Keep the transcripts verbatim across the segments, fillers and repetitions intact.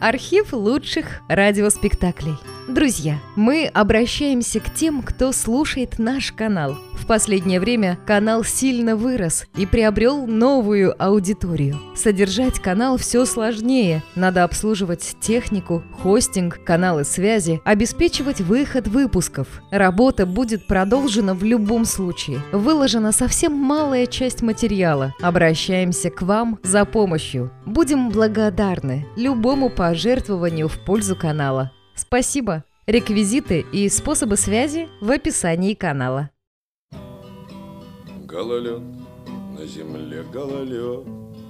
Архив лучших радиоспектаклей. Друзья, мы обращаемся к тем, кто слушает наш канал. В последнее время канал сильно вырос и приобрел новую аудиторию. Содержать канал все сложнее. Надо обслуживать технику, хостинг, каналы связи, обеспечивать выход выпусков. Работа будет продолжена в любом случае. Выложена совсем малая часть материала. Обращаемся к вам за помощью. Будем благодарны любому пожертвованию в пользу канала. Спасибо! Реквизиты и способы связи в описании канала. Гололед, на земле гололед,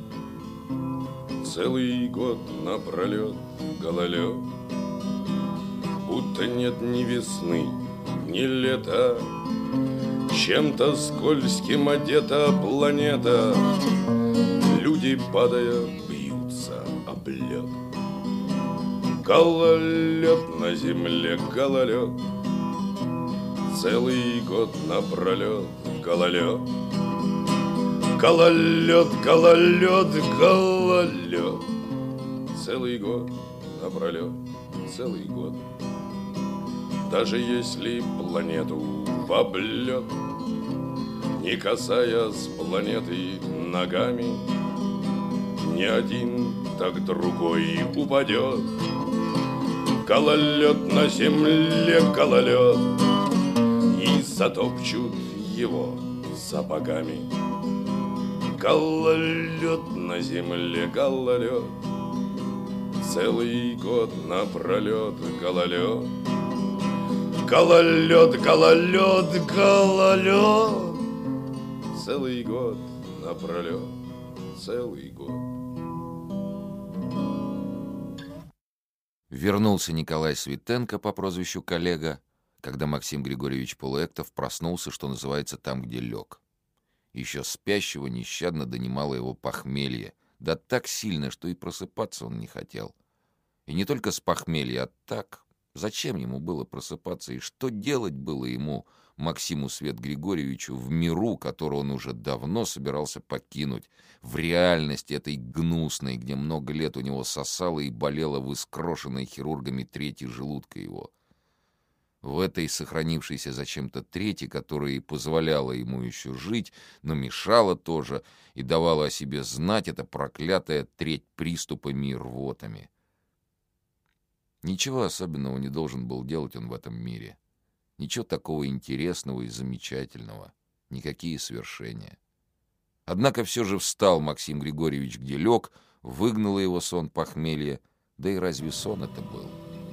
целый год напролет гололед. Будто нет ни весны, ни лета, чем-то скользким одета планета. Люди, падая, бьются об лед. Гололед, на земле гололед, целый год напролет гололед. Гололед, гололед, гололед, целый год напролет, целый год. Даже если планету в облет, не касаясь планеты ногами, ни один, так другой упадет. Гололед, на земле гололед, и затопчут его сапогами. Гололед, на земле гололед, целый год напролет гололед. Гололед, гололед, гололед, целый год напролет, целый год. Вернулся Николай Светенко по прозвищу Коллега, когда Максим Григорьевич Полуэктов проснулся, что называется, там, где лег. Еще спящего нещадно донимало его похмелье, да так сильно, что и просыпаться он не хотел. И не только с похмелья, а так, зачем ему было просыпаться, и что делать было ему, Максиму Свет Григорьевичу, в миру, который он уже давно собирался покинуть, в реальности этой гнусной, где много лет у него сосало и болело в искрошенной хирургами трети желудка его. В этой сохранившейся зачем-то трети, которая и позволяла ему еще жить, но мешала тоже и давала о себе знать эта проклятая треть приступами и рвотами. Ничего особенного не должен был делать он в этом мире. Ничего такого интересного и замечательного. Никакие свершения. Однако все же встал Максим Григорьевич, где лег, выгнало его сон похмелья. Да и разве сон это был?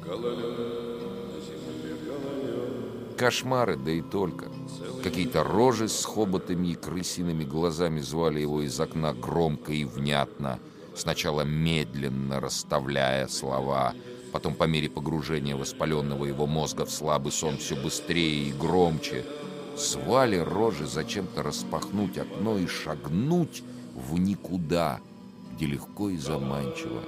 Кошмары, да и только. Какие-то рожи с хоботами и крысиными глазами звали его из окна громко и внятно, сначала медленно расставляя слова, потом по мере погружения воспаленного его мозга в слабый сон все быстрее и громче. Звали рожи зачем-то распахнуть окно и шагнуть в никуда, где легко и заманчиво.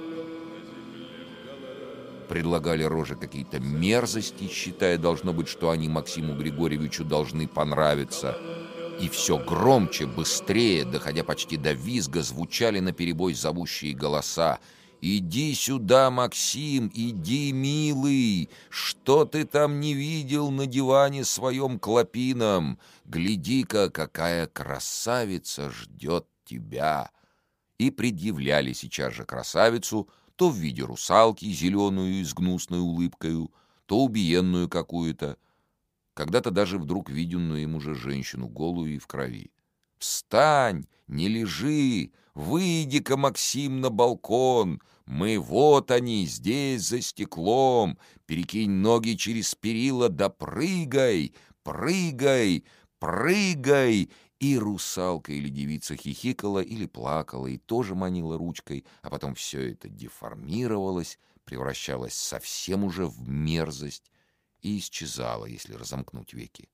Предлагали рожи какие-то мерзости, считая, должно быть, что они Максиму Григорьевичу должны понравиться. И все громче, быстрее, доходя почти до визга, звучали наперебой зовущие голоса. «Иди сюда, Максим, иди, милый! Что ты там не видел на диване своем клопином? Гляди-ка, какая красавица ждет тебя!» И предъявляли сейчас же красавицу, то в виде русалки, зеленую и с гнусной улыбкою, то убиенную какую-то, когда-то даже вдруг виденную им уже женщину, голую и в крови. «Встань, не лежи! Выйди-ка, Максим, на балкон! Мы вот они, здесь, за стеклом! Перекинь ноги через перила, да прыгай! Прыгай! Прыгай!» И русалка или девица хихикала или плакала и тоже манила ручкой, а потом все это деформировалось, превращалось совсем уже в мерзость и исчезало, если разомкнуть веки.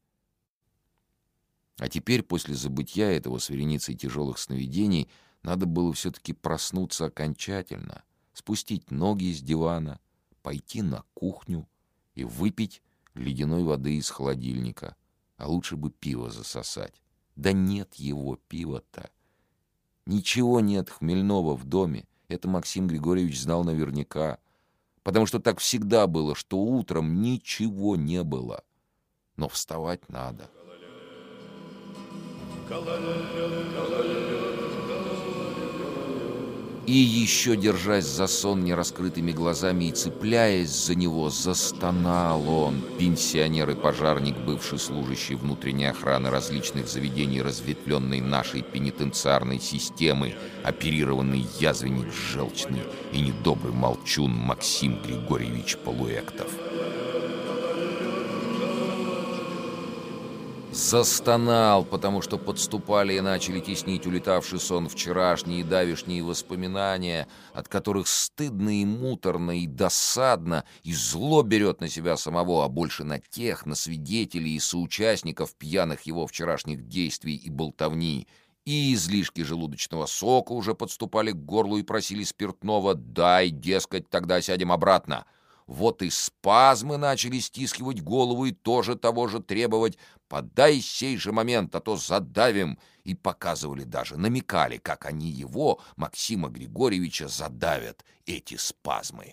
А теперь, после забытья этого с вереницей тяжелых сновидений, надо было все-таки проснуться окончательно, спустить ноги с дивана, пойти на кухню и выпить ледяной воды из холодильника, а лучше бы пиво засосать. Да нет его пива-то. Ничего нет хмельного в доме, это Максим Григорьевич знал наверняка. потому что так всегда было, что утром ничего не было. Но вставать надо. И еще, держась за сон нераскрытыми глазами и цепляясь за него, застонал он, пенсионер и пожарник, бывший служащий внутренней охраны различных заведений разветвленной нашей пенитенциарной системы, оперированный язвенник желчный и недобрый молчун Максим Григорьевич Полуэктов. Застонал, потому что подступали и начали теснить улетавший сон вчерашние и давешние воспоминания, от которых стыдно и муторно, и досадно, и зло берет на себя самого, а больше на тех, на свидетелей и соучастников пьяных его вчерашних действий и болтовни. И излишки желудочного сока уже подступали к горлу и просили спиртного: «Дай, дескать, тогда сядем обратно». Вот и спазмы начали стискивать голову и тоже того же требовать: «Подай сей же момент, а то задавим». И показывали даже, намекали, как они его, Максима Григорьевича, задавят, эти спазмы.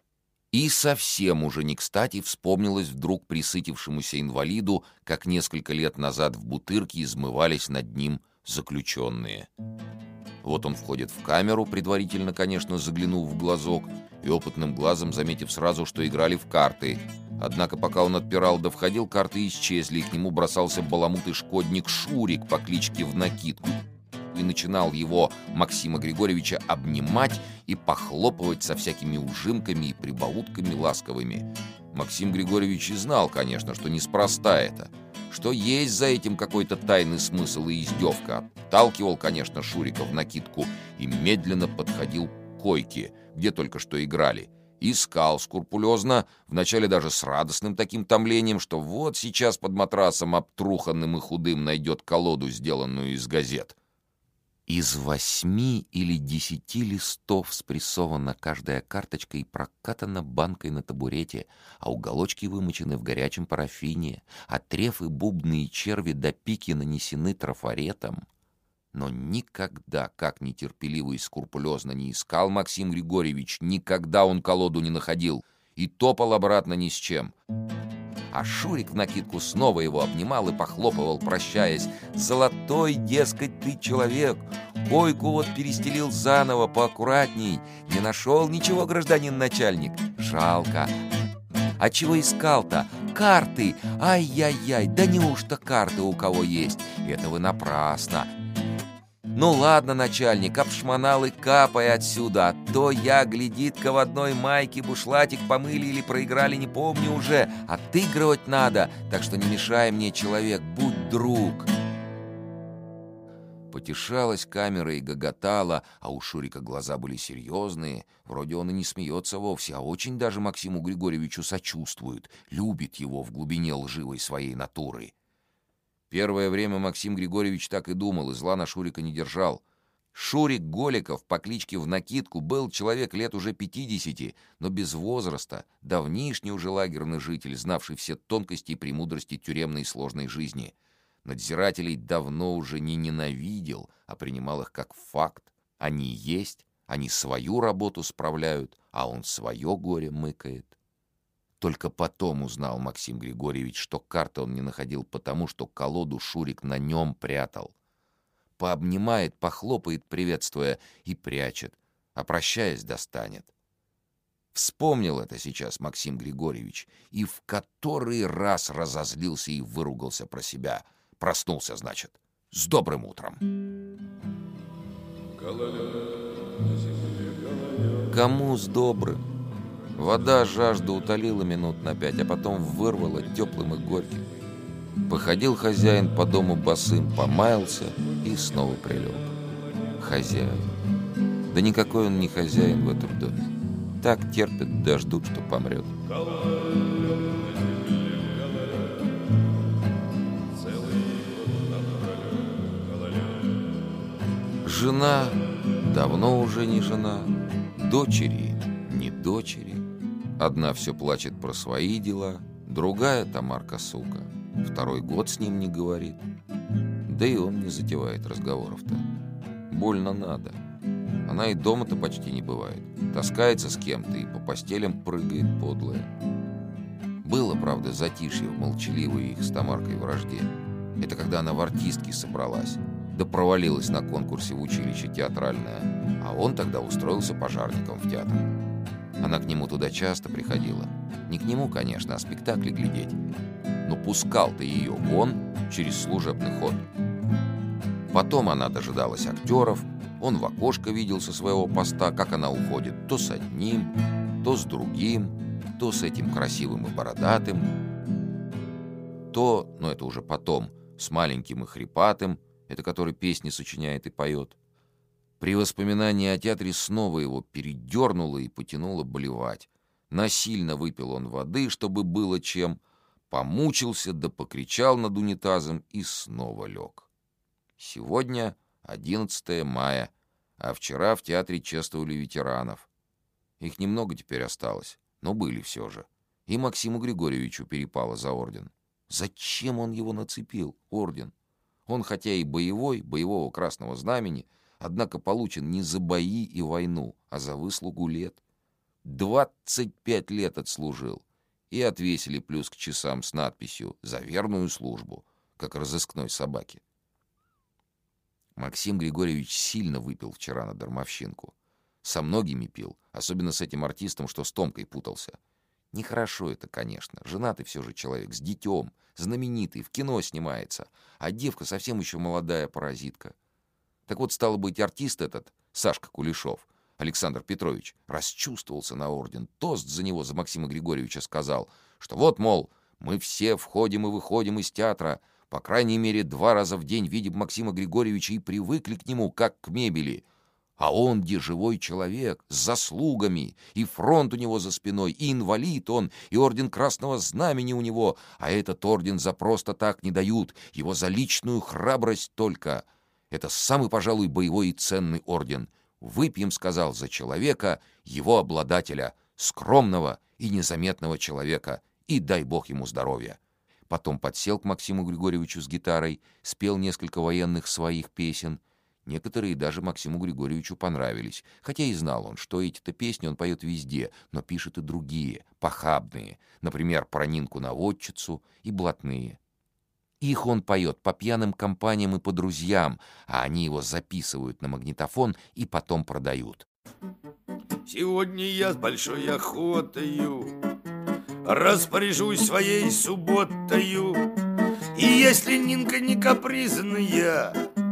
И совсем уже не кстати вспомнилось вдруг присытившемуся инвалиду, как несколько лет назад в Бутырке измывались над ним заключенные. Вот он входит в камеру, предварительно, конечно, заглянув в глазок, и опытным глазом заметив сразу, что играли в карты. Однако пока он отпирал да входил, карты исчезли, и к нему бросался баламутый шкодник Шурик по кличке Внакидку. И начинал его, Максима Григорьевича, обнимать и похлопывать со всякими ужимками и прибаутками ласковыми. Максим Григорьевич и знал, конечно, что неспроста это, что есть за этим какой-то тайный смысл и издевка. Отталкивал, конечно, Шурика в накидку и медленно подходил к койке, где только что играли. Искал скрупулезно, вначале даже с радостным таким томлением, что вот сейчас под матрасом обтруханным и худым найдет колоду, сделанную из газет. Из восьми или десяти листов спрессована каждая карточка и прокатана банкой на табурете, а уголочки вымочены в горячем парафине, а трефы, бубны и черви до пики нанесены трафаретом. Но никогда, как нетерпеливо и скрупулезно не искал Максим Григорьевич, никогда он колоду не находил и топал обратно ни с чем. А Шурик в накидку снова его обнимал и похлопывал, прощаясь: «Золотой, дескать, ты человек, койку вот перестелил заново, поаккуратней. Не нашел ничего, гражданин начальник? Жалко. А чего искал-то? Карты! Ай-яй-яй, да неужто карты у кого есть? Это вы напрасно. Ну ладно, начальник, обшмонал и капай отсюда, а то я, глядит-ка, в одной майке бушлатик помыли или проиграли, не помню уже. Отыгрывать надо, так что не мешай мне, человек, будь друг». Потешалась камера и гоготала, а у Шурика глаза были серьезные. Вроде он и не смеется вовсе, а очень даже Максиму Григорьевичу сочувствует, любит его в глубине лживой своей натуры. Первое время Максим Григорьевич так и думал, и зла на Шурика не держал. Шурик Голиков по кличке Внакидку был человек лет уже пятидесяти, но без возраста, давнишний уже лагерный житель, знавший все тонкости и премудрости тюремной и сложной жизни. Надзирателей давно уже не ненавидел, а принимал их как факт. Они есть, они свою работу справляют, а он свое горе мыкает. Только потом узнал Максим Григорьевич, что карты он не находил потому, что колоду Шурик на нем прятал. Пообнимает, похлопает, приветствуя, и прячет, а прощаясь, достанет. Вспомнил это сейчас Максим Григорьевич и в который раз разозлился и выругался про себя. Проснулся, значит. С добрым утром. Кому с добрым? Вода жажду утолила минут на пять, а потом вырвала теплым и горьким. Походил хозяин по дому босым, помаялся и снова прилег. Хозяин. Да никакой он не хозяин в этом доме. Так терпят да ждут, что помрет. Жена давно уже не жена, дочери не дочери. Одна все плачет про свои дела, другая, Тамарка, сука, второй год с ним не говорит. Да и он не затевает разговоров-то. Больно надо. Она и дома-то почти не бывает. Таскается с кем-то и по постелям прыгает подлая. Было, правда, затишье в молчаливой их с Тамаркой вражде. Это когда она в артистки собралась, да провалилась на конкурсе в училище театральное, а он тогда устроился пожарником в театр. Она к нему туда часто приходила. Не к нему, конечно, а спектакли глядеть. Но пускал-то ее вон через служебный ход. Потом она дожидалась актеров, он в окошко видел со своего поста, как она уходит то с одним, то с другим, то с этим красивым и бородатым, то, но это уже потом, с маленьким и хрипатым, это который песни сочиняет и поет. При воспоминании о театре снова его передернуло и потянуло блевать. Насильно выпил он воды, чтобы было чем, помучился да покричал над унитазом и снова лег. Сегодня одиннадцатое мая, а вчера в театре чествовали ветеранов. Их немного теперь осталось, но были все же. И Максиму Григорьевичу перепало за орден. Зачем он его нацепил, орден? Он хотя и боевой, боевого Красного Знамени, однако получен не за бои и войну, а за выслугу лет. Двадцать пять лет отслужил. И отвесили плюс к часам с надписью «За верную службу», как разыскной собаке. Максим Григорьевич сильно выпил вчера на дармовщинку. Со многими пил, особенно с этим артистом, что с Томкой путался. Нехорошо это, конечно. Женатый все же человек, с детем, знаменитый, в кино снимается, а девка совсем еще молодая паразитка. Так вот, стало быть, артист этот, Сашка Кулешов, Александр Петрович, расчувствовался на орден, тост за него, за Максима Григорьевича сказал, что вот, мол, мы все входим и выходим из театра, по крайней мере, два раза в день видим Максима Григорьевича и привыкли к нему, как к мебели. А он, где живой человек, с заслугами, и фронт у него за спиной, и инвалид он, и орден Красного Знамени у него, а этот орден за просто так не дают, его за личную храбрость только. Это самый, пожалуй, боевой и ценный орден. Выпьем, сказал, за человека, его обладателя, скромного и незаметного человека, и дай Бог ему здоровья. Потом подсел к Максиму Григорьевичу с гитарой, спел несколько военных своих песен. Некоторые даже Максиму Григорьевичу понравились, хотя и знал он, что эти-то песни он поет везде, но пишет и другие, похабные, например, про Нинку-наводчицу и блатные. Их он поет по пьяным компаниям и по друзьям, а они его записывают на магнитофон и потом продают. Сегодня я с большой охотою распоряжусь своей субботою, и если Нинка не капризная,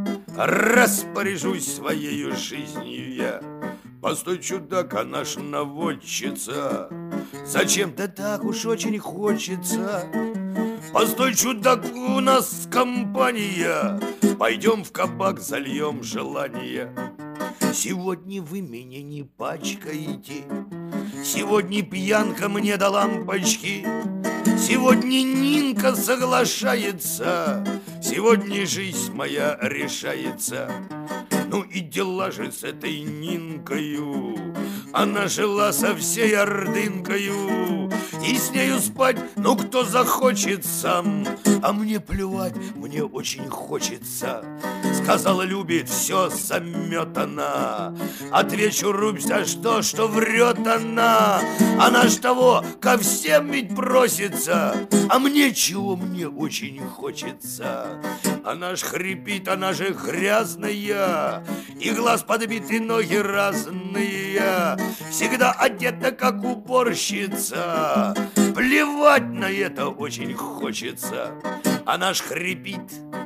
распоряжусь своей жизнью я. Постой, чудак, она ж наводчица, зачем-то так уж очень хочется. Постой, чудак, у нас компания, пойдем в кабак, зальем желание. Сегодня вы меня не пачкаете, сегодня пьянка мне до лампочки, сегодня Нинка соглашается, сегодня жизнь моя решается. Ну и дела же с этой Нинкою, она жила со всей ордынкою, и с нею спать, ну кто захочет сам, а мне плевать, мне очень хочется. Сказала, любит, все заметана, отвечу, рубь за что, что врет она. Она ж того, ко всем ведь просится, а мне чего, мне очень хочется. Она ж хрипит, она же грязная, и глаз подбит, и ноги разные, всегда одета, как уборщица. Плевать на это очень хочется. Она ж хрипит,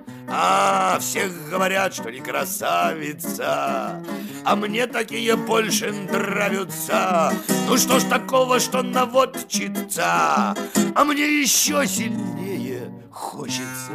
а всех говорят, что не красавица, а мне такие больше нравятся. Ну что ж такого, что наводчица, а мне еще сильнее хочется.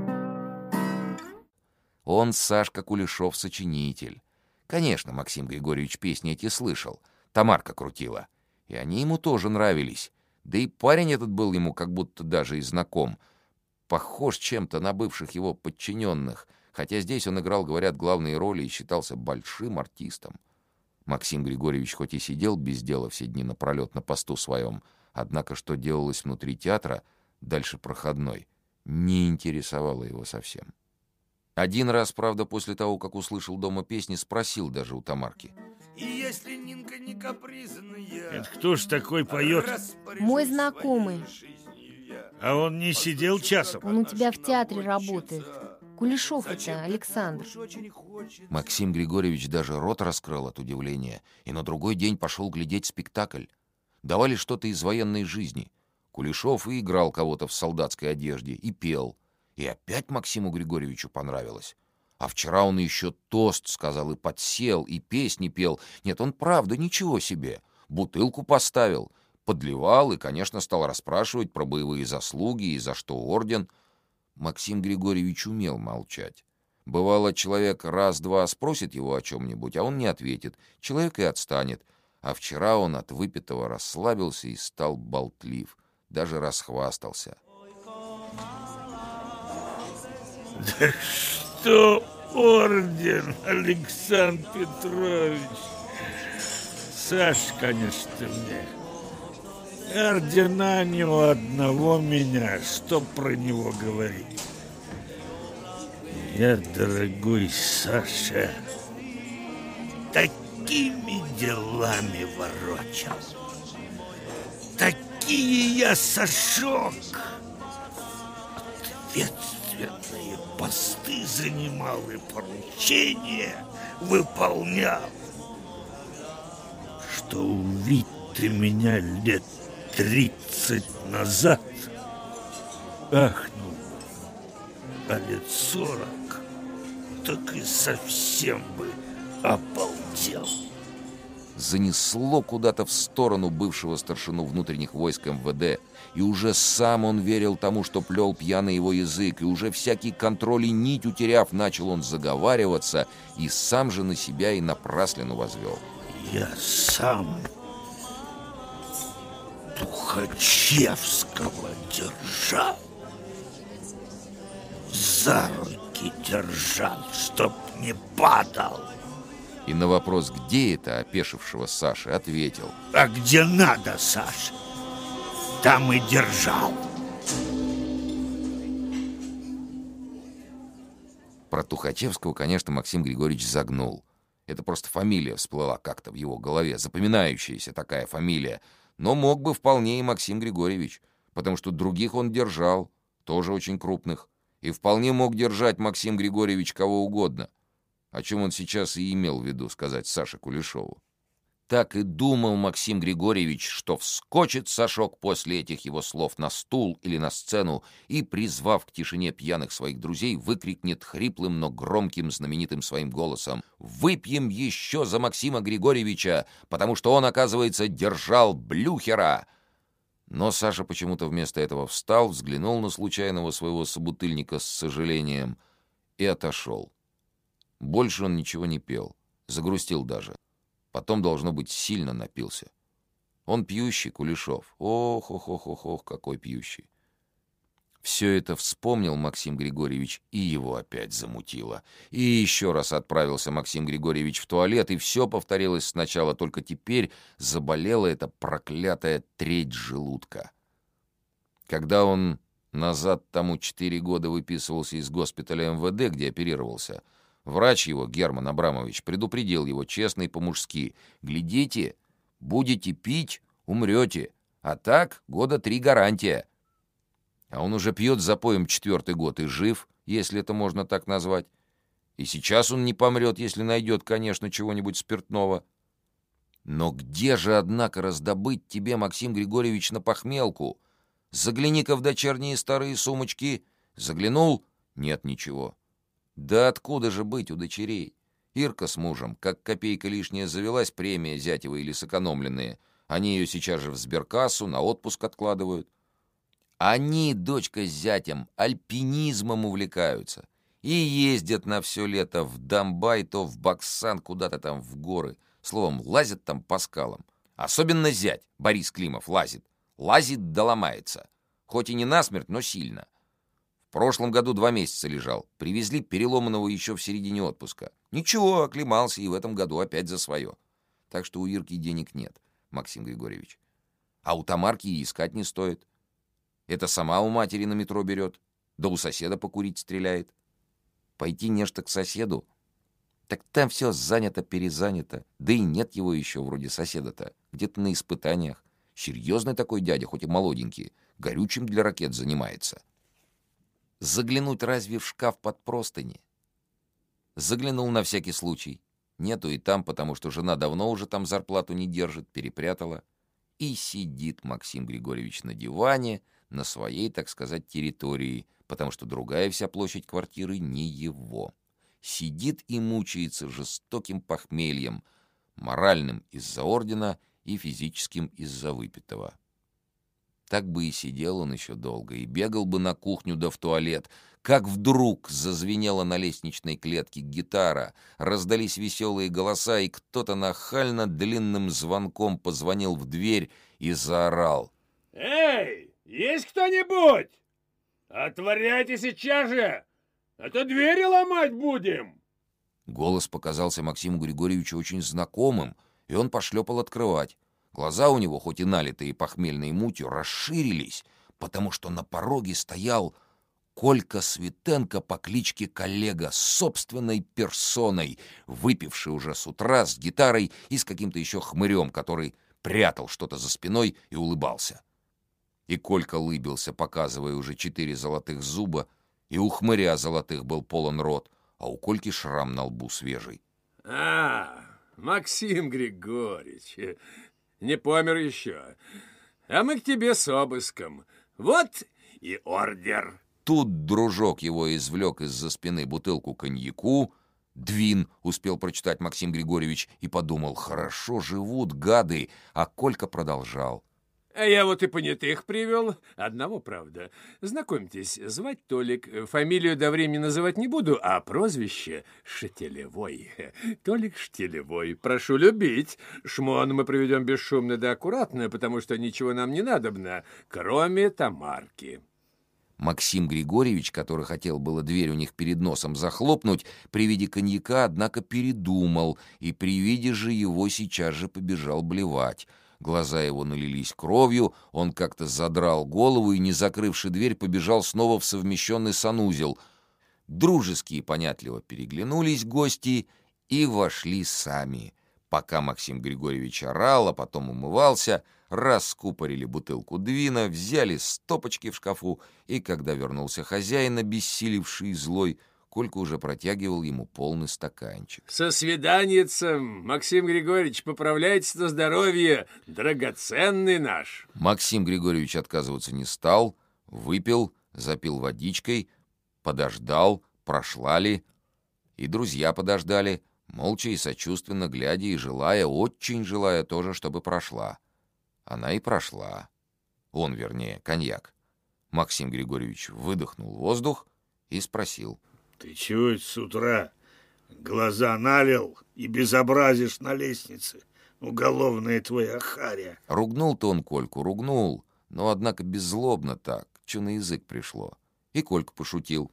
Он, Сашка Кулешов, сочинитель. Конечно, Максим Григорьевич песни эти слышал. Тамарка крутила. И они ему тоже нравились. Да и парень этот был ему как будто даже и знаком. Похож чем-то на бывших его подчиненных, хотя здесь он играл, говорят, главные роли и считался большим артистом. Максим Григорьевич хоть и сидел без дела все дни напролет на посту своем, однако что делалось внутри театра, дальше проходной, не интересовало его совсем. Один раз, правда, после того, как услышал дома песни, спросил даже у Тамарки. И если Нинка не капризная, Это кто ж такой поет? Мой знакомый. А он не сидел часом? Он у тебя в театре работает. Кулешов это, Александр. Максим Григорьевич даже рот раскрыл от удивления и на другой день пошел глядеть спектакль. Давали что-то из военной жизни. Кулешов и играл кого-то в солдатской одежде, и пел. И опять Максиму Григорьевичу понравилось. А вчера он еще тост сказал и подсел, и песни пел. Нет, он правда ничего себе. Бутылку поставил, подливал и, конечно, стал расспрашивать про боевые заслуги и за что орден. Максим Григорьевич умел молчать. Бывало, человек раз-два спросит его о чем-нибудь, а он не ответит. Человек и отстанет. А вчера он от выпитого расслабился и стал болтлив. Даже расхвастался. Да что орден, Александр Петрович? Саш, конечно, мне. Ордена не у одного меня, что про него говорить. Я, дорогой Саша, такими делами ворочал. Такие я, Сашок, ответственные посты занимал и поручения выполнял, что увидь ты меня лет тридцать назад, ахнул, а лет сорок, так и совсем бы обалдел. Занесло куда-то в сторону бывшего старшину внутренних войск эм вэ дэ, и уже сам он верил тому, что плел пьяный его язык, и уже всякий контроль и нить утеряв, начал он заговариваться, и сам же на себя и напраслину возвел. Я сам Тухачевского держал, за руки держал, чтоб не падал. И на вопрос, где это, опешившего Саши, ответил: а где надо, Саша, там и держал. Про Тухачевского, конечно, Максим Григорьевич загнул. Это просто фамилия всплыла как-то в его голове, запоминающаяся такая фамилия. Но мог бы вполне и Максим Григорьевич, потому что других он держал, тоже очень крупных. И вполне мог держать Максим Григорьевич кого угодно. О чем он сейчас и имел в виду сказать Саше Кулешову. Так и думал Максим Григорьевич, что вскочит Сашок после этих его слов на стул или на сцену и, призвав к тишине пьяных своих друзей, выкрикнет хриплым, но громким, знаменитым своим голосом: «Выпьем еще за Максима Григорьевича, потому что он, оказывается, держал Блюхера!» Но Саша почему-то вместо этого встал, взглянул на случайного своего собутыльника с сожалением и отошел. Больше он ничего не пел, загрустил даже. Потом, должно быть, сильно напился. Он пьющий, Кулешов. Ох, ох, ох, ох, ох, какой пьющий. Все это вспомнил Максим Григорьевич, и его опять замутило. И еще раз отправился Максим Григорьевич в туалет, и все повторилось сначала, только теперь заболела эта проклятая треть желудка. Когда он назад тому четыре года выписывался из госпиталя эм вэ дэ, где оперировался, врач его, Герман Абрамович, предупредил его честно и по-мужски: «Глядите, будете пить — умрете, а так года три гарантия». А он уже пьет с запоем четвертый год и жив, если это можно так назвать. И сейчас он не помрет, если найдет, конечно, чего-нибудь спиртного. Но где же, однако, раздобыть тебе, Максим Григорьевич, на похмелку? Загляни-ка в дочерние старые сумочки. Заглянул — нет ничего. Да откуда же быть у дочерей? Ирка с мужем, как копейка лишняя завелась, премия зятева или сэкономленные, они ее сейчас же в сберкассу на отпуск откладывают. Они, дочка с зятем, альпинизмом увлекаются и ездят на все лето в Домбай, то в Баксан, куда-то там в горы. Словом, лазят там по скалам. Особенно зять, Борис Климов, лазит. Лазит да ломается. Хоть и не насмерть, но сильно. В прошлом году два месяца лежал. Привезли переломанного еще в середине отпуска. Ничего, оклемался, и в этом году опять за свое. Так что у Ирки денег нет, Максим Григорьевич. А у Тамарки и искать не стоит. Это сама у матери на метро берет, да у соседа покурить стреляет. Пойти нечто к соседу? Так там все занято-перезанято. Да и нет его еще, вроде соседа-то. Где-то на испытаниях. Серьезный такой дядя, хоть и молоденький. Горючим для ракет занимается. Заглянуть разве в шкаф под простыни? Заглянул на всякий случай. Нету и там, потому что жена давно уже там зарплату не держит, перепрятала. И сидит Максим Григорьевич на диване, на своей, так сказать, территории, потому что другая вся площадь квартиры не его. Сидит и мучается жестоким похмельем, моральным из-за ордена и физическим из-за выпитого. Так бы и сидел он еще долго, и бегал бы на кухню да в туалет, как вдруг зазвенела на лестничной клетке гитара, раздались веселые голоса, и кто-то нахально длинным звонком позвонил в дверь и заорал: «Эй, есть кто-нибудь? Отворяйте сейчас же, а то двери ломать будем!» Голос показался Максиму Григорьевичу очень знакомым, и он пошлепал открывать. Глаза у него, хоть и налитые похмельной мутью, расширились, потому что на пороге стоял Колька Светенко по кличке Коллега с собственной персоной, выпивший уже с утра с гитарой и с каким-то еще хмырем, который прятал что-то за спиной и улыбался. И Колька лыбился, показывая уже четыре золотых зуба, и у хмыря золотых был полон рот, а у Кольки шрам на лбу свежий. «А, Максим Григорьевич, не помер еще. А мы к тебе с обыском. Вот и ордер». Тут дружок его извлек из-за спины бутылку коньяку. «Двин», — успел прочитать Максим Григорьевич, и подумал: хорошо живут гады, а Колька продолжал. А я вот и понятых привел. Одного, правда. Знакомьтесь, звать Толик. Фамилию до времени называть не буду, а прозвище Штилевой. Толик Штилевой. Прошу любить. Шмон мы проведем бесшумно да аккуратно, потому что ничего нам не надобно, кроме Тамарки. Максим Григорьевич, который хотел было дверь у них перед носом захлопнуть, при виде коньяка, однако передумал, и при виде же его сейчас же побежал блевать. Глаза его налились кровью, он как-то задрал голову и, не закрывши дверь, побежал снова в совмещенный санузел. Дружески и понятливо переглянулись гости и вошли сами. Пока Максим Григорьевич орал, а потом умывался, раскупорили бутылку Двина, взяли стопочки в шкафу, и когда вернулся хозяин, обессилевший и злой, Колька уже протягивал ему полный стаканчик. Со свиданиецем, Максим Григорьевич, поправляйтесь на здоровье, драгоценный наш. Максим Григорьевич отказываться не стал, выпил, запил водичкой, подождал, прошла ли, и друзья подождали, молча и сочувственно глядя и желая, очень желая тоже, чтобы прошла. Она и прошла. Он, вернее, коньяк. Максим Григорьевич выдохнул воздух и спросил: «Ты чего это с утра глаза налил и безобразишь на лестнице? Уголовная твоя харя!» Ругнул-то он Кольку, ругнул, но, однако, беззлобно так, что на язык пришло. И Колька пошутил: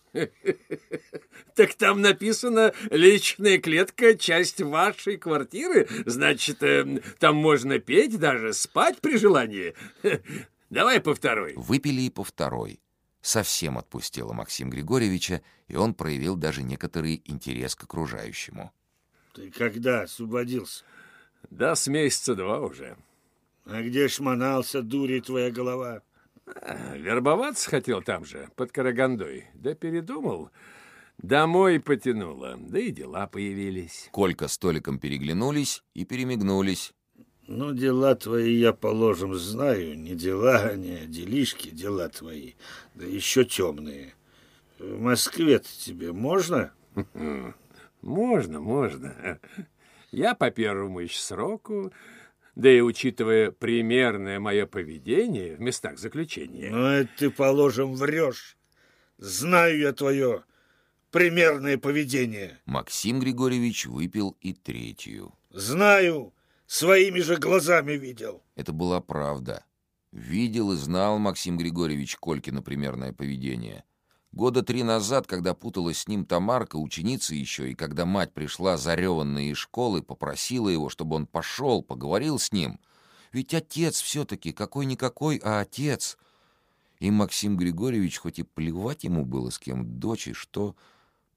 «Так там написано «личная клетка, часть вашей квартиры». Значит, э, там можно петь, даже спать при желании. Давай по второй». Выпили и по второй. Совсем отпустило Максима Григорьевича, и он проявил даже некоторый интерес к окружающему. «Ты когда освободился?» Да, с месяца два уже. «А где шмонался, дури твоя голова?» А, вербоваться хотел там же, под Карагандой. Да передумал. Домой потянуло, да и дела появились. Колька с Толиком переглянулись и перемигнулись. «Ну, дела твои я, положим, знаю. Не дела они, а делишки, дела твои. Да еще темные. В Москве-то тебе можно?» Можно, можно. Я по первому еще сроку, да и учитывая примерное мое поведение в местах заключения. «Ну, это ты, положим, врешь. Знаю я твое примерное поведение». Максим Григорьевич выпил и третью. «Знаю. Своими же глазами видел». Это была правда. Видел и знал Максим Григорьевич Колькино примерное поведение. Года три назад, когда путалась с ним Тамарка, ученица еще, и когда мать пришла зареванная из школы, попросила его, чтобы он пошел, поговорил с ним. Ведь отец все-таки, какой-никакой, а отец. И Максим Григорьевич, хоть и плевать ему было, с кем дочь и что,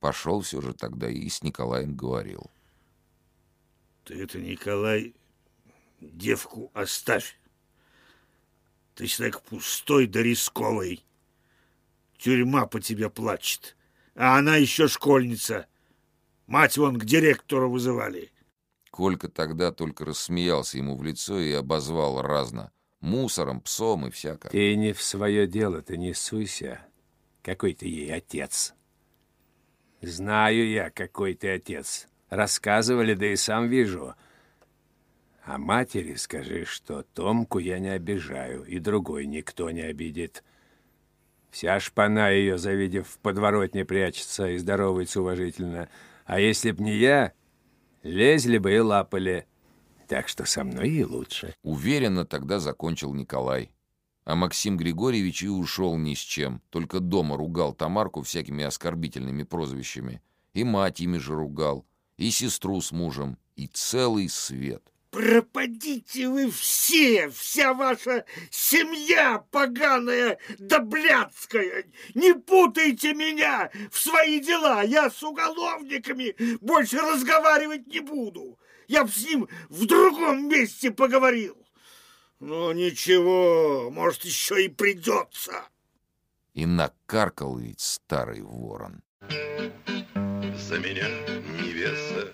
Пошел все же тогда и с Николаем говорил. Ты это, Николай, девку оставь. Ты человек пустой да рисковый. Тюрьма по тебе плачет, а она еще школьница. Мать вон к директору вызывали. Колька тогда только рассмеялся ему в лицо и обозвал разно. Мусором, псом и всяко. Ты не в свое дело-то не суйся. Какой ты ей отец. Знаю я, какой ты отец. Рассказывали, да и сам вижу. А матери скажи, что Томку я не обижаю, и другой никто не обидит. Вся шпана ее, завидев, в подворотне прячется и здоровается уважительно. А если б не я, лезли бы и лапали. Так что со мной и лучше. Уверенно тогда закончил Николай. А Максим Григорьевич и ушел ни с чем. Только дома ругал Тамарку всякими оскорбительными прозвищами. И мать ими же ругал, и сестру с мужем, и целый свет. Пропадите вы все, вся ваша семья поганая да блядская. Не путайте меня в свои дела. Я с уголовниками больше разговаривать не буду. Я б с ним в другом месте поговорил. Ну ничего, может, еще и придется. И накаркал ведь старый ворон. За меня невеста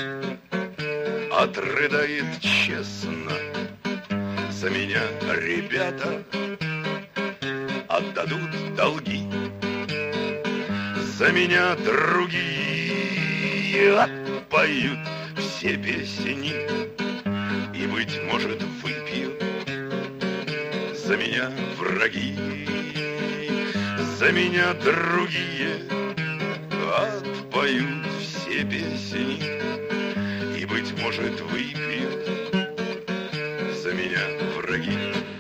отрыдает честно. За меня ребята отдадут долги. За меня другие отпоют все песни. И, быть может, выпьют за меня враги. За меня другие отпоют все песни. И, быть может, выпьют за меня враги.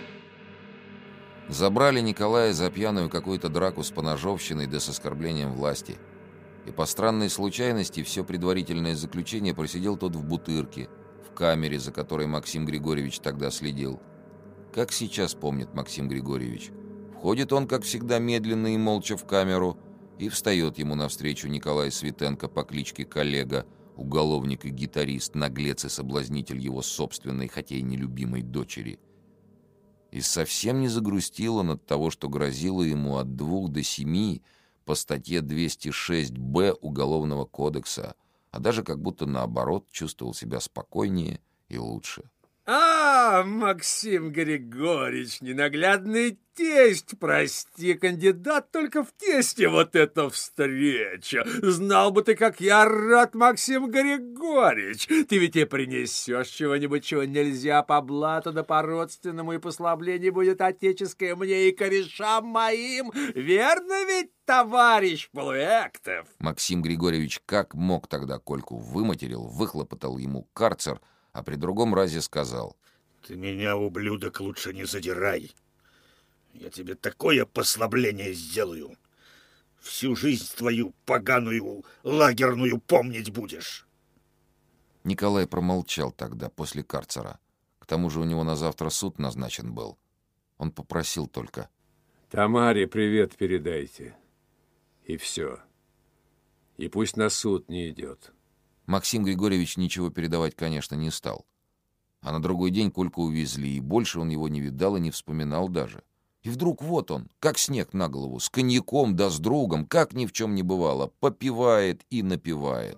Забрали Николая за пьяную какую-то драку с поножовщиной да с оскорблением власти. И по странной случайности все предварительное заключение просидел тот в Бутырке, в камере, за которой Максим Григорьевич тогда следил. Как сейчас помнит Максим Григорьевич. Входит он, как всегда, медленно и молча в камеру, и встает ему навстречу Николай Светенко по кличке Коллега, уголовник и гитарист, наглец и соблазнитель его собственной, хотя и нелюбимой дочери. И совсем не загрустил он от того, что грозило ему от двух до семи по статье двести шесть бэ Уголовного кодекса, а даже как будто наоборот чувствовал себя спокойнее и лучше. А, Максим Григорьевич, ненаглядный тесть, прости, кандидат только в тесте вот эта встреча. Знал бы ты, как я рад, Максим Григорьевич. Ты ведь и принесешь чего-нибудь, чего нельзя по блату, да по-родственному, и послабление будет отеческое мне и корешам моим. Верно ведь, товарищ Полуэктов? Максим Григорьевич как мог тогда Кольку выматерил, выхлопотал ему карцер, а при другом разе сказал: ты меня, ублюдок, лучше не задирай. Я тебе такое послабление сделаю. Всю жизнь твою поганую лагерную помнить будешь. Николай промолчал тогда после карцера. К тому же у него на завтра суд назначен был. Он попросил только: Тамаре привет передайте. И все. И пусть на суд не идет. Максим Григорьевич ничего передавать, конечно, не стал. А на другой день Кольку увезли, и больше он его не видал и не вспоминал даже. И вдруг вот он, как снег на голову, с коньяком да с другом, как ни в чем не бывало, попивает и напевает.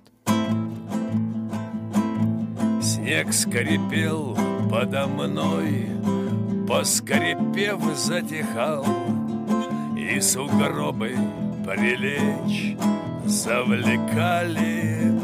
Снег скрипел подо мной, поскрипев затихал, и сугробы прилечь завлекали.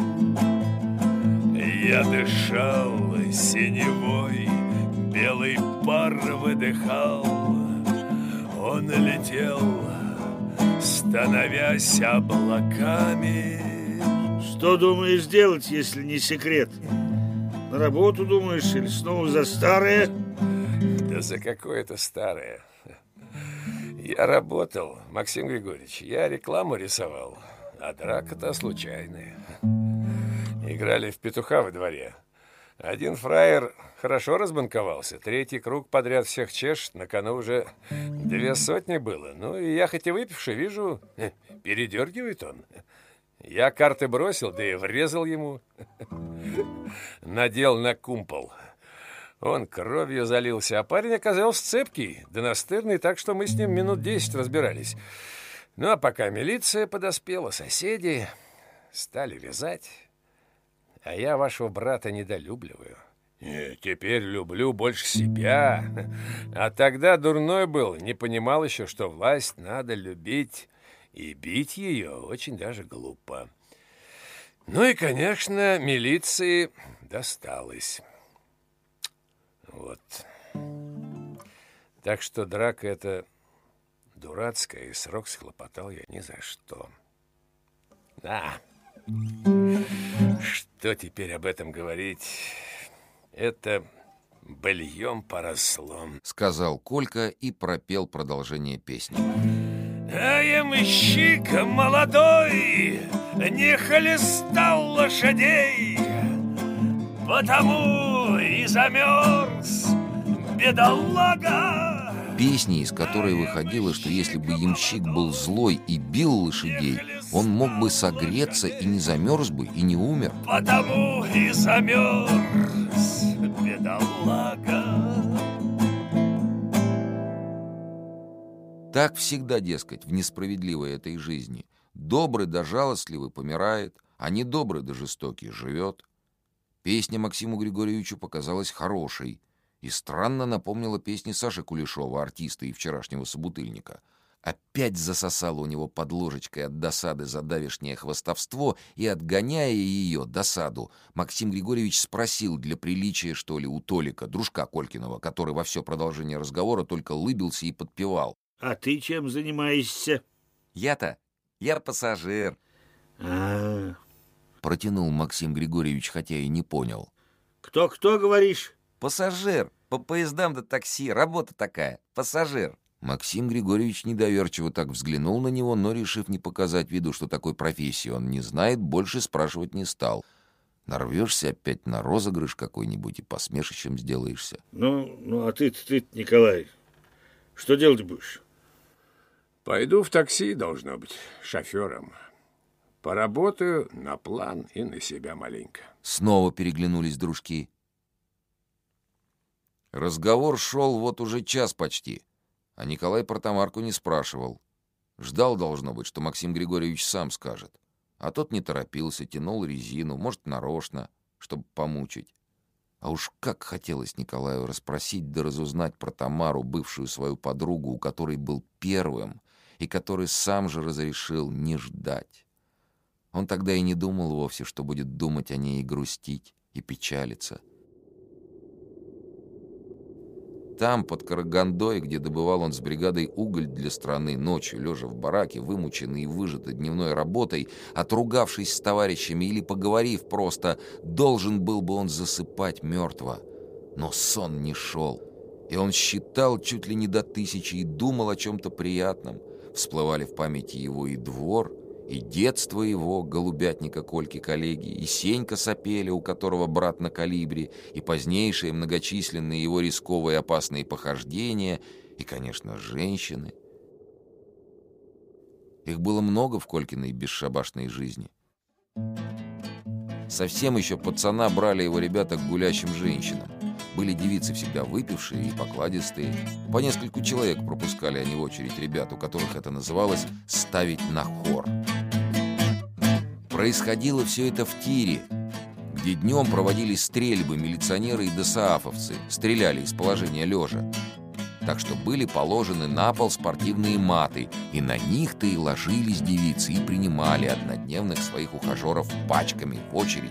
Я дышал синевой, белый пар выдыхал. Он летел, становясь облаками. Что думаешь делать, если не секрет? На работу думаешь или снова за старое? Да за какое-то старое. Я работал, Максим Григорьевич, я рекламу рисовал, а драка-то случайная. Играли в петуха во дворе. Один фраер хорошо разбанковался, третий круг подряд всех чешет, на кону уже две сотни было. Ну и я хоть и выпивший, вижу, передергивает он. Я карты бросил, да и врезал ему. Надел на кумпол. Он кровью залился, а парень оказался цепкий, да настырный, так что мы с ним минут десять разбирались. Ну, а пока милиция подоспела, соседи стали вязать. А я вашего брата недолюбливаю. Нет, теперь люблю больше себя. А тогда дурной был, не понимал еще, что власть надо любить, и бить ее очень даже глупо. Ну и, конечно, милиции досталось. Вот. Так что драка эта дурацкая, и срок схлопотал я ни за что. Да. Что теперь об этом говорить? Это быльем порослом, сказал Колька и пропел продолжение песни. А я мщик молодой, не хлестал лошадей, потому и замерз, бедолага. Песни, из которой выходило, что если бы ямщик был злой и бил лошадей, он мог бы согреться и не замерз бы, и не умер. Потому и замерз, бедолага. Так всегда, дескать, в несправедливой этой жизни. Добрый да жалостливый помирает, а недобрый да жестокий живет. Песня Максиму Григорьевичу показалась хорошей и странно напомнила песни Саши Кулешова, артиста и вчерашнего собутыльника. Опять засосало у него под ложечкой от досады за давешнее хвастовство, и, отгоняя ее, досаду, Максим Григорьевич спросил для приличия, что ли, у Толика, дружка Колькиного, который во все продолжение разговора только лыбился и подпевал. А ты чем занимаешься? Я-то? Я пассажир. А, Протянул Максим Григорьевич, хотя и не понял. кто-кто, говоришь? Пассажир. По поездам да такси. Работа такая. Пассажир. Максим Григорьевич недоверчиво так взглянул на него, но, решив не показать виду, что такой профессии он не знает, больше спрашивать не стал. Нарвешься опять на розыгрыш какой-нибудь и посмешищем сделаешься. Ну, ну а ты, ты, Николай, что делать будешь? Пойду в такси, должно быть, шофером. Поработаю на план и на себя маленько. Снова переглянулись дружки. Разговор шел вот уже час почти, а Николай про Тамарку не спрашивал. Ждал, должно быть, что Максим Григорьевич сам скажет. А тот не торопился, тянул резину, может, нарочно, чтобы помучить. А уж как хотелось Николаю расспросить да разузнать про Тамару, бывшую свою подругу, у которой был первым, и который сам же разрешил не ждать. Он тогда и не думал вовсе, что будет думать о ней и грустить, и печалиться. Там, под Карагандой, где добывал он с бригадой уголь для страны, ночью, лежа в бараке, вымученный и выжатый дневной работой, отругавшись с товарищами или поговорив просто, должен был бы он засыпать мертво. Но сон не шел, и он считал чуть ли не до тысячи и думал о чем-то приятном. Всплывали в памяти его и двор, и детство его, голубятника Кольки-коллеги, и Сенька Сапеля, у которого брат на калибре, и позднейшие многочисленные его рисковые и опасные похождения, и, конечно, женщины. Их было много в Колькиной бесшабашной жизни. Совсем еще пацана брали его ребята к гулящим женщинам. Были девицы всегда выпившие и покладистые. По нескольку человек пропускали они в очередь ребят, у которых это называлось «ставить на хор». Происходило все это в тире, где днем проводились стрельбы милиционеры и досаафовцы, стреляли из положения лежа. Так что были положены на пол спортивные маты, и на них-то и ложились девицы и принимали однодневных своих ухажеров пачками в очередь.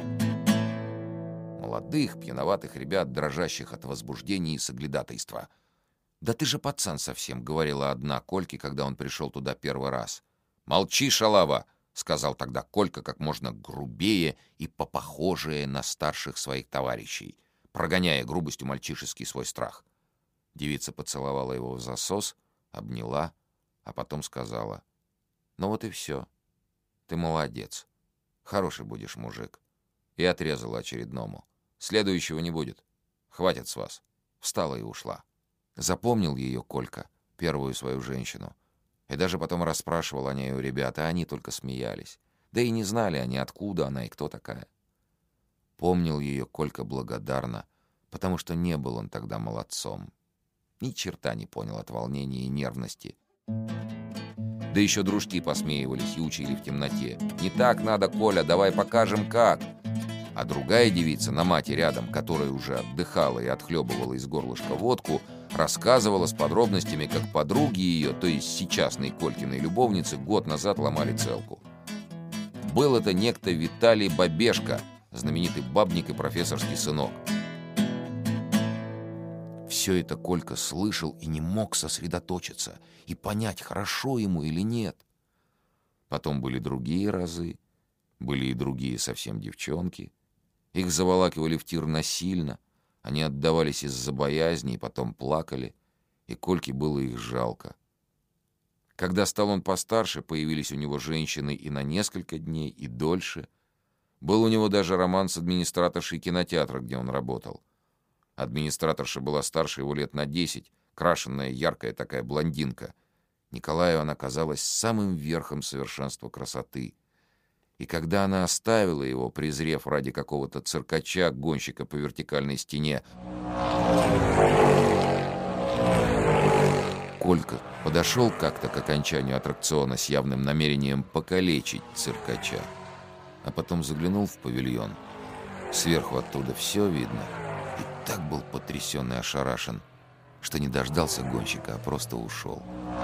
Молодых, пьяноватых ребят, дрожащих от возбуждения и соглядатайства. «Да ты же пацан совсем», — говорила одна Кольке, когда он пришел туда первый раз. «Молчи, шалава», — сказал тогда Колька как можно грубее и попохожее на старших своих товарищей, прогоняя грубостью мальчишеский свой страх. Девица поцеловала его в засос, обняла, а потом сказала: «Ну вот и все. Ты молодец. Хороший будешь мужик». И отрезала очередному: «Следующего не будет. Хватит с вас». Встала и ушла. Запомнил ее Колька, первую свою женщину, и даже потом расспрашивал о ней у ребят, а они только смеялись. Да и не знали они, откуда она и кто такая. Помнил ее Колька благодарно, потому что не был он тогда молодцом. Ни черта не понял от волнения и нервности. Да еще дружки посмеивались и учили в темноте. «Не так надо, Коля, давай покажем, как!» А другая девица на мате рядом, которая уже отдыхала и отхлебывала из горлышка водку, рассказывала с подробностями, как подруги ее, то есть сейчасной Колькиной любовницы, год назад ломали целку. Был это некто Виталий Бабешко, знаменитый бабник и профессорский сынок. Все это Колька слышал и не мог сосредоточиться и понять, хорошо ему или нет. Потом были другие разы, были и другие совсем девчонки. Их заволакивали в тир насильно, они отдавались из-за боязни и потом плакали, и Кольке было их жалко. Когда стал он постарше, появились у него женщины и на несколько дней, и дольше. Был у него даже роман с администраторшей кинотеатра, где он работал. Администраторша была старше его лет на десять, крашенная, яркая такая блондинка. Николаю она казалась самым верхом совершенства красоты. И когда она оставила его, презрев ради какого-то циркача, гонщика по вертикальной стене, Колька подошел как-то к окончанию аттракциона с явным намерением покалечить циркача, а потом заглянул в павильон. Сверху оттуда все видно. И так был потрясен и ошарашен, что не дождался гонщика, а просто ушел.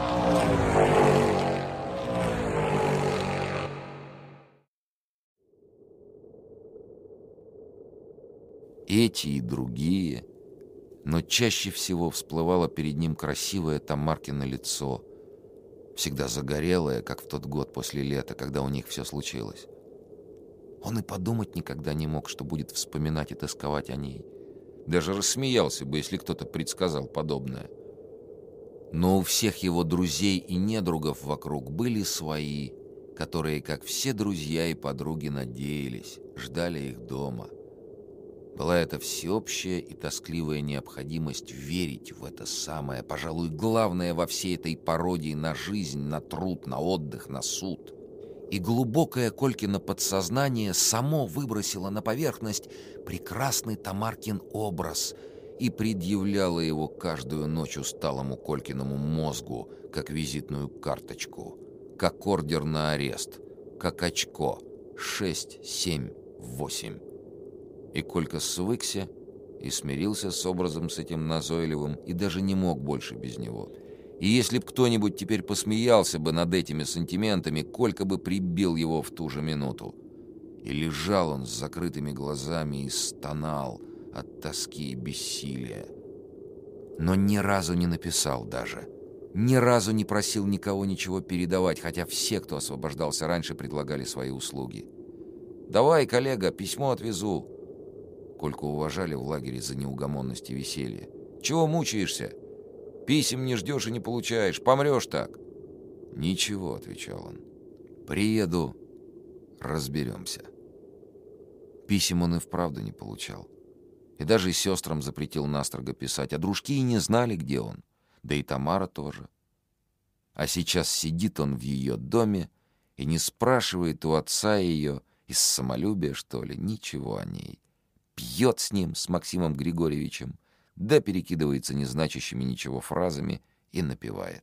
Эти и другие, но чаще всего всплывало перед ним красивое Тамаркино лицо, всегда загорелое, как в тот год после лета, когда у них все случилось. Он и подумать никогда не мог, что будет вспоминать и тосковать о ней. Даже рассмеялся бы, если кто-то предсказал подобное. Но у всех его друзей и недругов вокруг были свои, которые, как все друзья и подруги, надеялись, ждали их дома. Была это всеобщая и тоскливая необходимость верить в это самое, пожалуй, главное во всей этой пародии на жизнь, на труд, на отдых, на суд. И глубокое Колькино подсознание само выбросило на поверхность прекрасный Тамаркин образ и предъявляло его каждую ночь усталому Колькиному мозгу, как визитную карточку, как ордер на арест, как очко шесть, семь, восемь. И Колька свыкся и смирился с образом с этим назойливым и даже не мог больше без него. И если б кто-нибудь теперь посмеялся бы над этими сантиментами, Колька бы прибил его в ту же минуту. И лежал он с закрытыми глазами и стонал от тоски и бессилия. Но ни разу не написал даже. Ни разу не просил никого ничего передавать, хотя все, кто освобождался раньше, предлагали свои услуги. «Давай, коллега, письмо отвезу». Кольку уважали в лагере за неугомонность и веселье. «Чего мучаешься? Писем не ждешь и не получаешь. Помрешь так». «Ничего», — отвечал он. «Приеду, разберемся». Писем он и вправду не получал. И даже сестрам запретил настрого писать, а дружки и не знали, где он. Да и Тамара тоже. А сейчас сидит он в ее доме и не спрашивает у отца ее, из самолюбия, что ли, ничего о ней. Пьет с ним, с Максимом Григорьевичем, да перекидывается незначащими ничего фразами и напевает.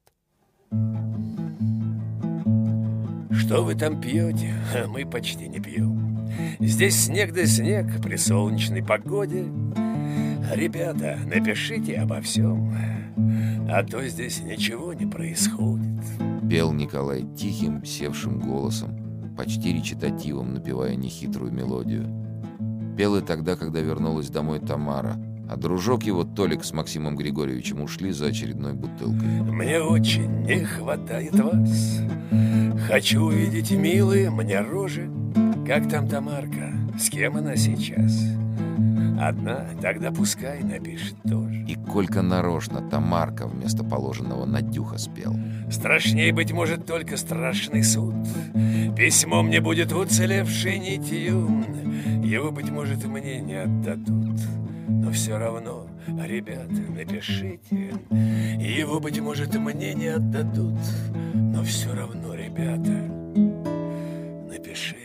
Что вы там пьете? Мы почти не пьем. Здесь снег да снег при солнечной погоде. Ребята, напишите обо всем, а то здесь ничего не происходит. Пел Николай тихим, севшим голосом, почти речитативом, напевая нехитрую мелодию. Пел и тогда, когда вернулась домой Тамара, а дружок его, Толик, с Максимом Григорьевичем ушли за очередной бутылкой. Мне очень не хватает вас. Хочу увидеть милые мне рожи. Как там Тамарка? С кем она сейчас? Одна? Тогда пускай напишет тоже. И Колька нарочно Тамарка вместо положенного Надюха спел. Страшней, быть может, только страшный суд. Письмо мне будет уцелевшей нитью. Его, быть может, мне не отдадут. Но все равно, ребята, напишите. Его, быть может, мне не отдадут. Но все равно, ребята, напишите.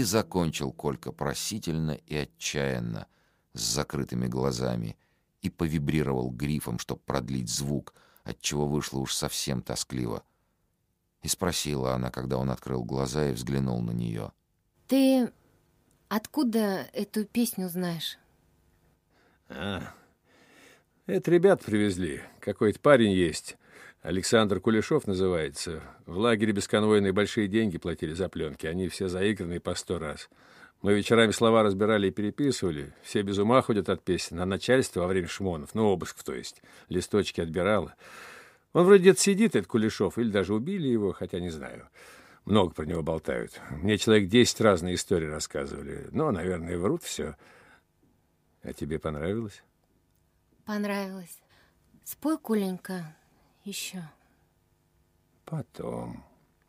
И закончил Колька просительно и отчаянно, с закрытыми глазами, и повибрировал грифом, чтобы продлить звук, отчего вышло уж совсем тоскливо. И спросила она, когда он открыл глаза и взглянул на нее. Ты откуда эту песню знаешь? А, это ребят привезли. Какой-то парень есть. Александр Кулешов называется. В лагере бесконвойные большие деньги платили за пленки. Они все заигранные по сто раз. Мы вечерами слова разбирали и переписывали. Все без ума ходят от песен. А начальство во время шмонов, ну, обысков, то есть, листочки отбирало. Он вроде где-то сидит, этот Кулешов, или даже убили его, хотя не знаю. Много про него болтают. Мне человек десять разные истории рассказывали. Но, наверное, врут все. А тебе понравилось? Понравилось. Спой, Коленька, еще. Потом.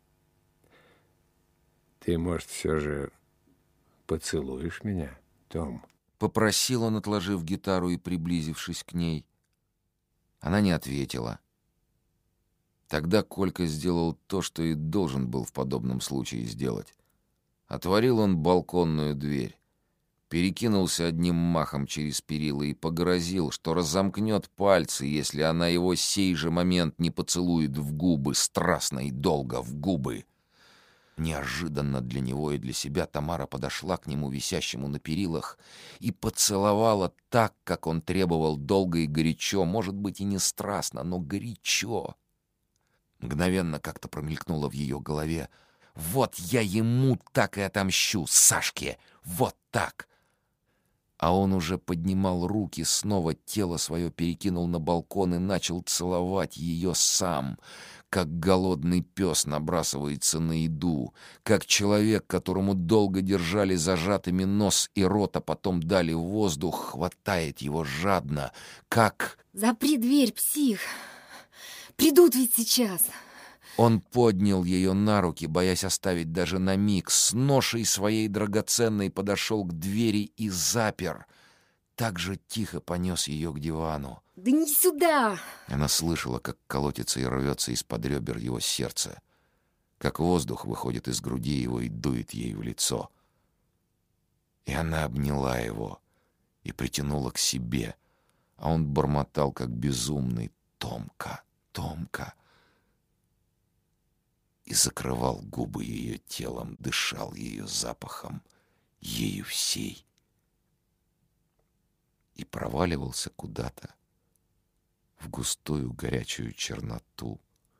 Ты, может, все же поцелуешь меня, Том? Попросил он, отложив гитару и приблизившись к ней. Она не ответила. Тогда Колька сделал то, что и должен был в подобном случае сделать. Отворил он балконную дверь, перекинулся одним махом через перила и погрозил, что разомкнет пальцы, если она его сей же момент не поцелует в губы, страстно и долго в губы. Неожиданно для него и для себя Тамара подошла к нему, висящему на перилах, и поцеловала так, как он требовал, долго и горячо, может быть, и не страстно, но горячо. Мгновенно как-то промелькнуло в ее голове: «Вот я ему так и отомщу, Сашке! Вот так!» А он уже поднимал руки, снова тело свое перекинул на балкон и начал целовать ее сам, как голодный пес набрасывается на еду, как человек, которому долго держали зажатыми нос и рот, а потом дали воздух, хватает его жадно, как... Запри дверь, псих! Придут ведь сейчас! Он поднял ее на руки, боясь оставить даже на миг, с ношей своей драгоценной подошел к двери и запер. Так же тихо понес ее к дивану. Да не сюда! Она слышала, как колотится и рвется из-под ребер его сердце, как воздух выходит из груди его и дует ей в лицо. И она обняла его и притянула к себе, а он бормотал, как безумный: «Томка, Томка!» И закрывал губы ее телом, дышал ее запахом, ею всей. И проваливался куда-то в густую горячую черноту,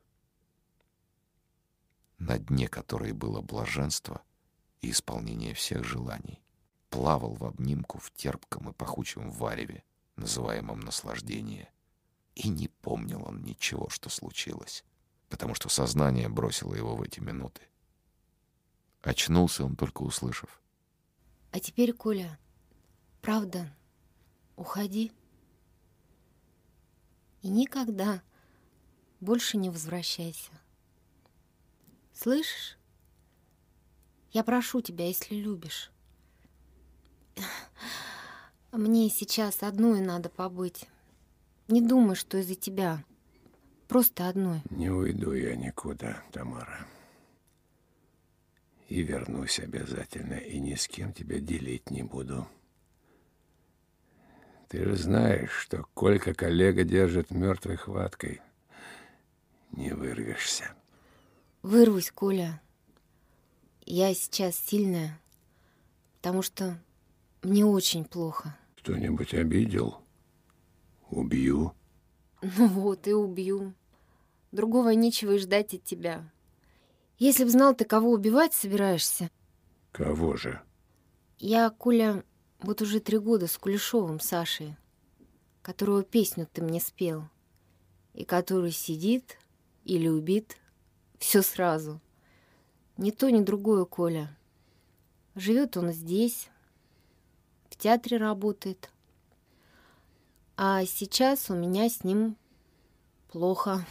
на дне которой было блаженство и исполнение всех желаний. Плавал в обнимку в терпком и пахучем вареве, называемом наслаждение. И не помнил он ничего, что случилось, потому что сознание бросило его в эти минуты. Очнулся он, только услышав: А теперь, Коля, правда, уходи. И никогда больше не возвращайся. Слышишь? Я прошу тебя, если любишь. Мне сейчас одной надо побыть. Не думай, что из-за тебя. Просто одной. Не уйду я никуда, Тамара. И вернусь обязательно, и ни с кем тебя делить не буду. Ты же знаешь, что Колька коллега держит мертвой хваткой. Не вырвешься. Вырвусь, Коля. Я сейчас сильная, потому что мне очень плохо. Кто-нибудь обидел? Убью. Ну вот, и убью. Другого нечего и ждать от тебя. Если б знал ты, кого убивать собираешься. Кого же? Я, Коля, вот уже три года с Кулешовым Сашей, которого песню ты мне спел, и который сидит или убит все сразу. Ни то, ни другое, Коля. Живет он здесь, в театре работает. А сейчас у меня с ним плохо.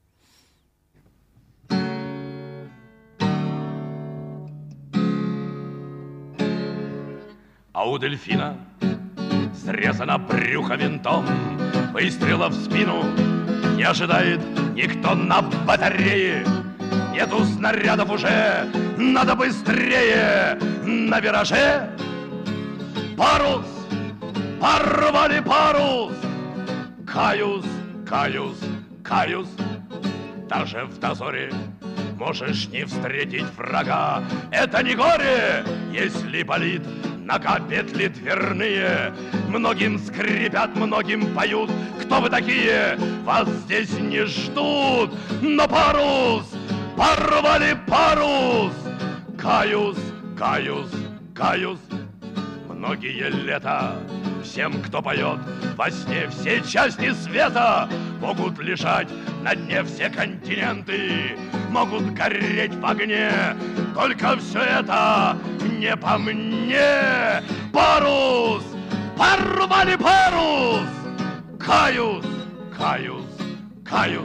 А у дельфина срезано брюхо винтом, выстрела в спину не ожидает никто на батарее. нету снарядов уже, надо быстрее на вираже. Парус, порвали парус, каюсь, каюсь, каюсь. Даже в дозоре можешь не встретить врага. Это не горе, если болит нога, петли дверные. Многим скрипят, многим поют. Кто вы такие? Вас здесь не ждут. Но парус, порвали парус. Каюсь, каюсь, каюсь. Многие лета всем, кто поет во сне, все части света могут лежать на дне, все континенты могут гореть в огне. Только все это не по мне. Парус, порвали парус. Каюсь, каюсь, каюсь.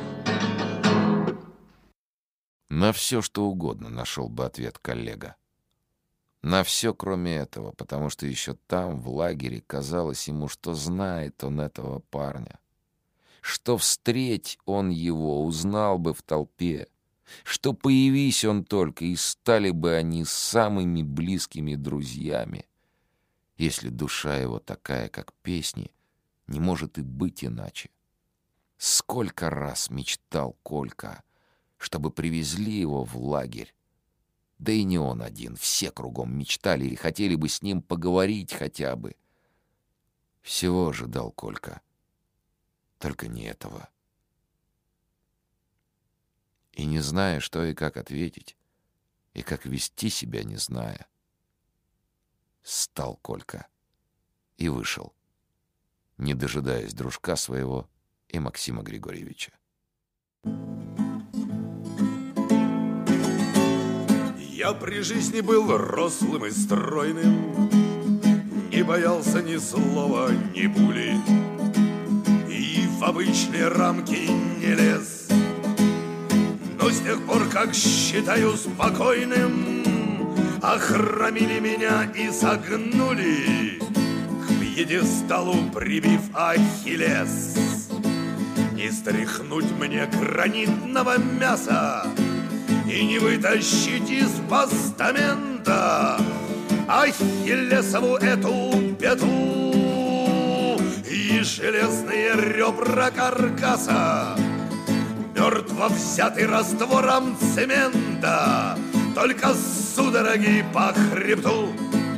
На все, что угодно нашел бы ответ коллега. На все, кроме этого, потому что еще там, в лагере, казалось ему, что знает он этого парня. Что встреть он его, узнал бы в толпе. Что появись он только, и стали бы они самыми близкими друзьями. Если душа его такая, как песни, не может и быть иначе. Сколько раз мечтал Колька, чтобы привезли его в лагерь. Да и не он один, все кругом мечтали или хотели бы с ним поговорить хотя бы. Всего ожидал Колька, только не этого. И не зная, что и как ответить, и как вести себя не зная, стал Колька и вышел, не дожидаясь дружка своего и Максима Григорьевича. Я при жизни был рослым и стройным, не боялся ни слова, ни пули, и в обычные рамки не лез. Но с тех пор, как считаю спокойным, охромили меня и согнули, к пьедесталу прибив Ахиллес. Не стряхнуть мне гранитного мяса и не вытащить из постамента Ахиллесову эту петлу и железные ребра каркаса, мертво взятый раствором цемента, только судороги по хребту.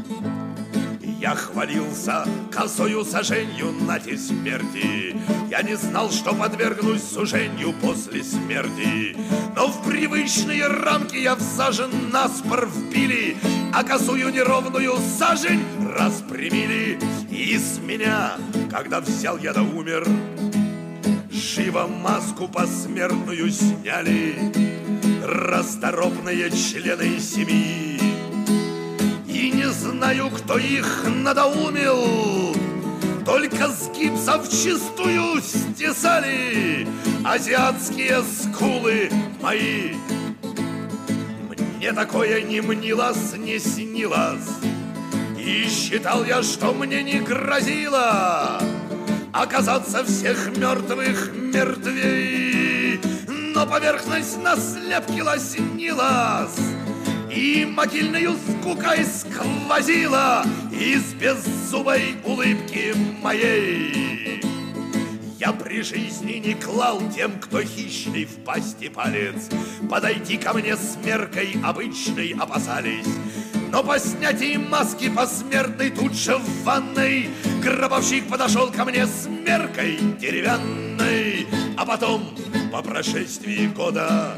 Я хвалился косою соженью нати смерти. Я не знал, что подвергнусь сужению после смерти. Но в привычные рамки я всажен наспор вбили, а косую неровную сажень распрямили. И с меня, когда взял я да умер, живо маску посмертную сняли расторопные члены семьи. И не знаю, кто их надоумил, только с гипса вчистую стесали азиатские скулы мои. Мне такое не мнилось, не снилось, и считал я, что мне не грозило оказаться всех мертвых мертвей. Но поверхность на слепке лоснилась, и могильною скукой сквозила из беззубой улыбки моей. Я при жизни не клал тем, кто хищный в пасти палец, подойти ко мне с меркой обычной опасались. Но по снятии маски посмертной тут же в ванной гробовщик подошел ко мне с меркой деревянной. А потом, по прошествии года,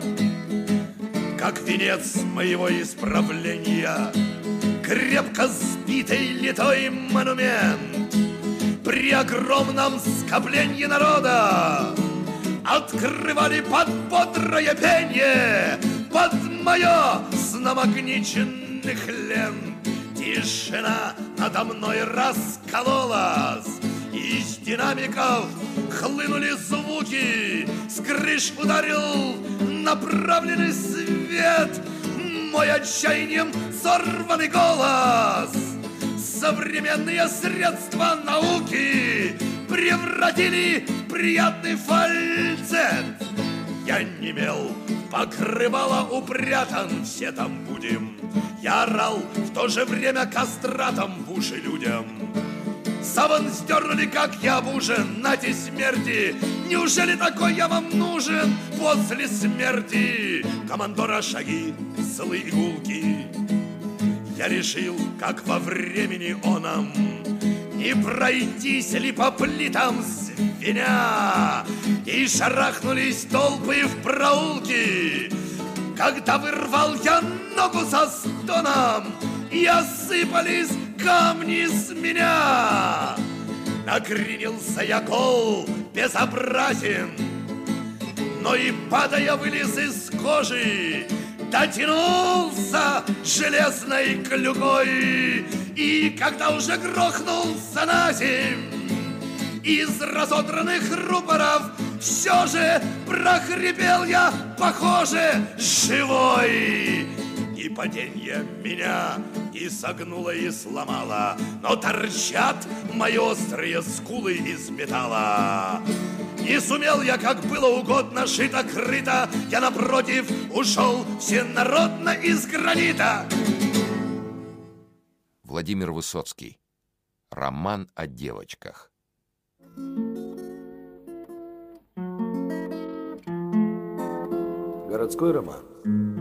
как венец моего исправления, крепко сбитый литой монумент при огромном скоплении народа открывали под бодрое пение, под мое с намагниченных лент. Тишина надо мной раскололась, из динамиков хлынули звуки, с крыш ударил направленный свет, мой отчаянием сорванный голос. Современные средства науки превратили приятный фальцет. Я немел покрывало упрятан, все там будем. Я орал в то же время кастратом в уши людям. Саван сдернули, как я в ужин, нате смерти. Неужели такой я вам нужен после смерти? Командора шаги, злые игулки. Я решил, как во времени оном, не пройтись ли по плитам звеня. И шарахнулись толпы в проулки. Когда вырвал я ногу со стоном, и осыпались камни с меня. Накренился я гол, безобразен, но и падая вылез из кожи, дотянулся железной клюкой. И когда уже грохнулся на земь, из разодранных рупоров все же прохрипел я, похоже, живой. И паденье меня и согнуло, и сломало, но торчат мои острые скулы из металла. Не сумел я, как было угодно, шито-крыто, я, напротив, ушел всенародно из гранита. Владимир Высоцкий. Роман о девочках. Городской роман.